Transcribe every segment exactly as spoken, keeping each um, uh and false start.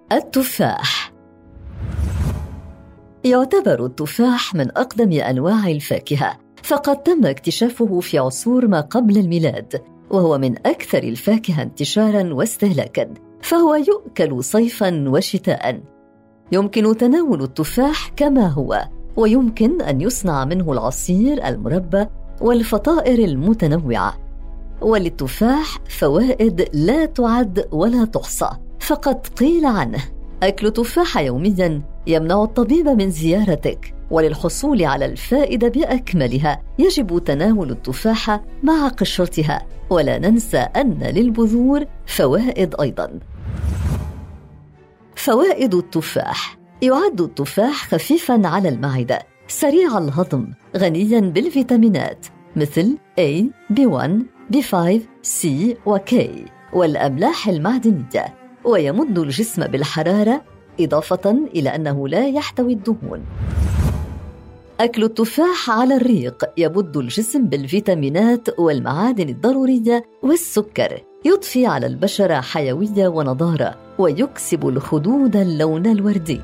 التفاح. يعتبر التفاح من أقدم أنواع الفاكهة، فقد تم اكتشافه في عصور ما قبل الميلاد، وهو من أكثر الفاكهة انتشاراً واستهلاكاً، فهو يؤكل صيفاً وشتاءً. يمكن تناول التفاح كما هو، ويمكن أن يصنع منه العصير، المربى، والفطائر المتنوعة. وللتفاح فوائد لا تعد ولا تحصى، فقد قيل عنه: أكل تفاح يومياً يمنع الطبيب من زيارتك. وللحصول على الفائدة بأكملها يجب تناول التفاحة مع قشرتها، ولا ننسى أن للبذور فوائد أيضاً. فوائد التفاح: يعد التفاح خفيفاً على المعدة، سريع الهضم، غنياً بالفيتامينات مثل A، بي واحد، بي خمسة، C و K، والأملاح المعدنية، ويمد الجسم بالحرارة، إضافة إلى أنه لا يحتوي الدهون. أكل التفاح على الريق يمد الجسم بالفيتامينات والمعادن الضرورية والسكر، يضفي على البشرة حيوية ونضارة، ويكسب الخدود اللون الوردي.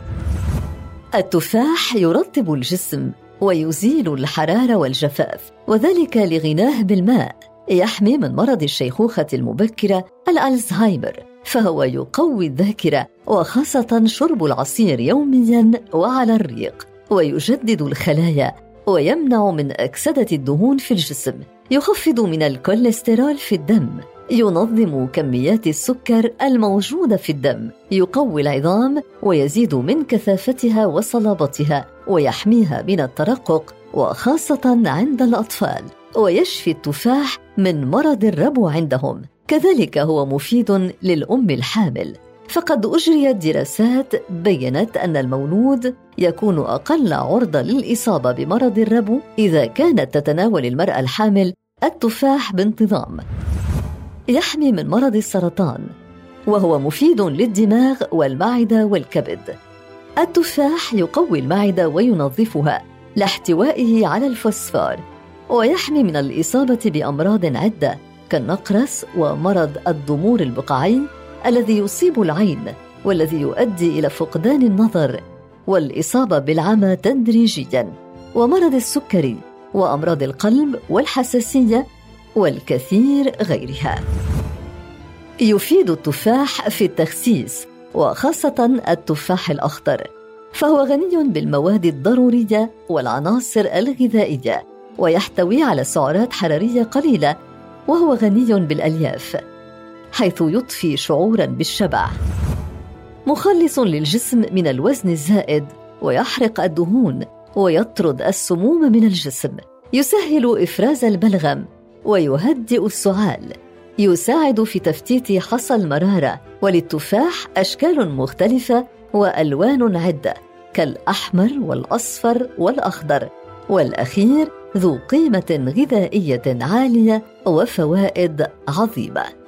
التفاح يرطب الجسم ويزيل الحرارة والجفاف، وذلك لغناه بالماء. يحمي من مرض الشيخوخة المبكرة الألزهايمر، فهو يقوي الذاكرة، وخاصة شرب العصير يومياً وعلى الريق، ويجدد الخلايا، ويمنع من أكسدة الدهون في الجسم، يخفض من الكوليسترول في الدم، ينظم كميات السكر الموجودة في الدم، يقوي العظام ويزيد من كثافتها وصلابتها، ويحميها من الترقق، وخاصة عند الأطفال، ويشفي التفاح من مرض الربو عندهم. كذلك هو مفيد للأم الحامل، فقد أجريت دراسات بيّنت أن المولود يكون أقل عرضة للإصابة بمرض الربو إذا كانت تتناول المرأة الحامل التفاح بانتظام. يحمي من مرض السرطان، وهو مفيد للدماغ والمعدة والكبد. التفاح يقوي المعدة وينظفها لاحتوائه على الفوسفور، ويحمي من الإصابة بأمراض عدة كالنقرس ومرض الضمور البقعي الذي يصيب العين، والذي يؤدي إلى فقدان النظر والإصابة بالعمى تدريجياً، ومرض السكري، وأمراض القلب والحساسية، والكثير غيرها. يفيد التفاح في التخسيس، وخاصة التفاح الأخضر، فهو غني بالمواد الضرورية والعناصر الغذائية، ويحتوي على سعرات حرارية قليلة، وهو غني بالألياف، حيث يضفي شعوراً بالشبع، مخلص للجسم من الوزن الزائد، ويحرق الدهون، ويطرد السموم من الجسم، يسهل إفراز البلغم، ويهدئ السعال، يساعد في تفتيت حصى المرارة. وللتفاح أشكال مختلفة وألوان عدة كالأحمر والأصفر والأخضر، والأخير ذو قيمة غذائية عالية وفوائد عظيمة.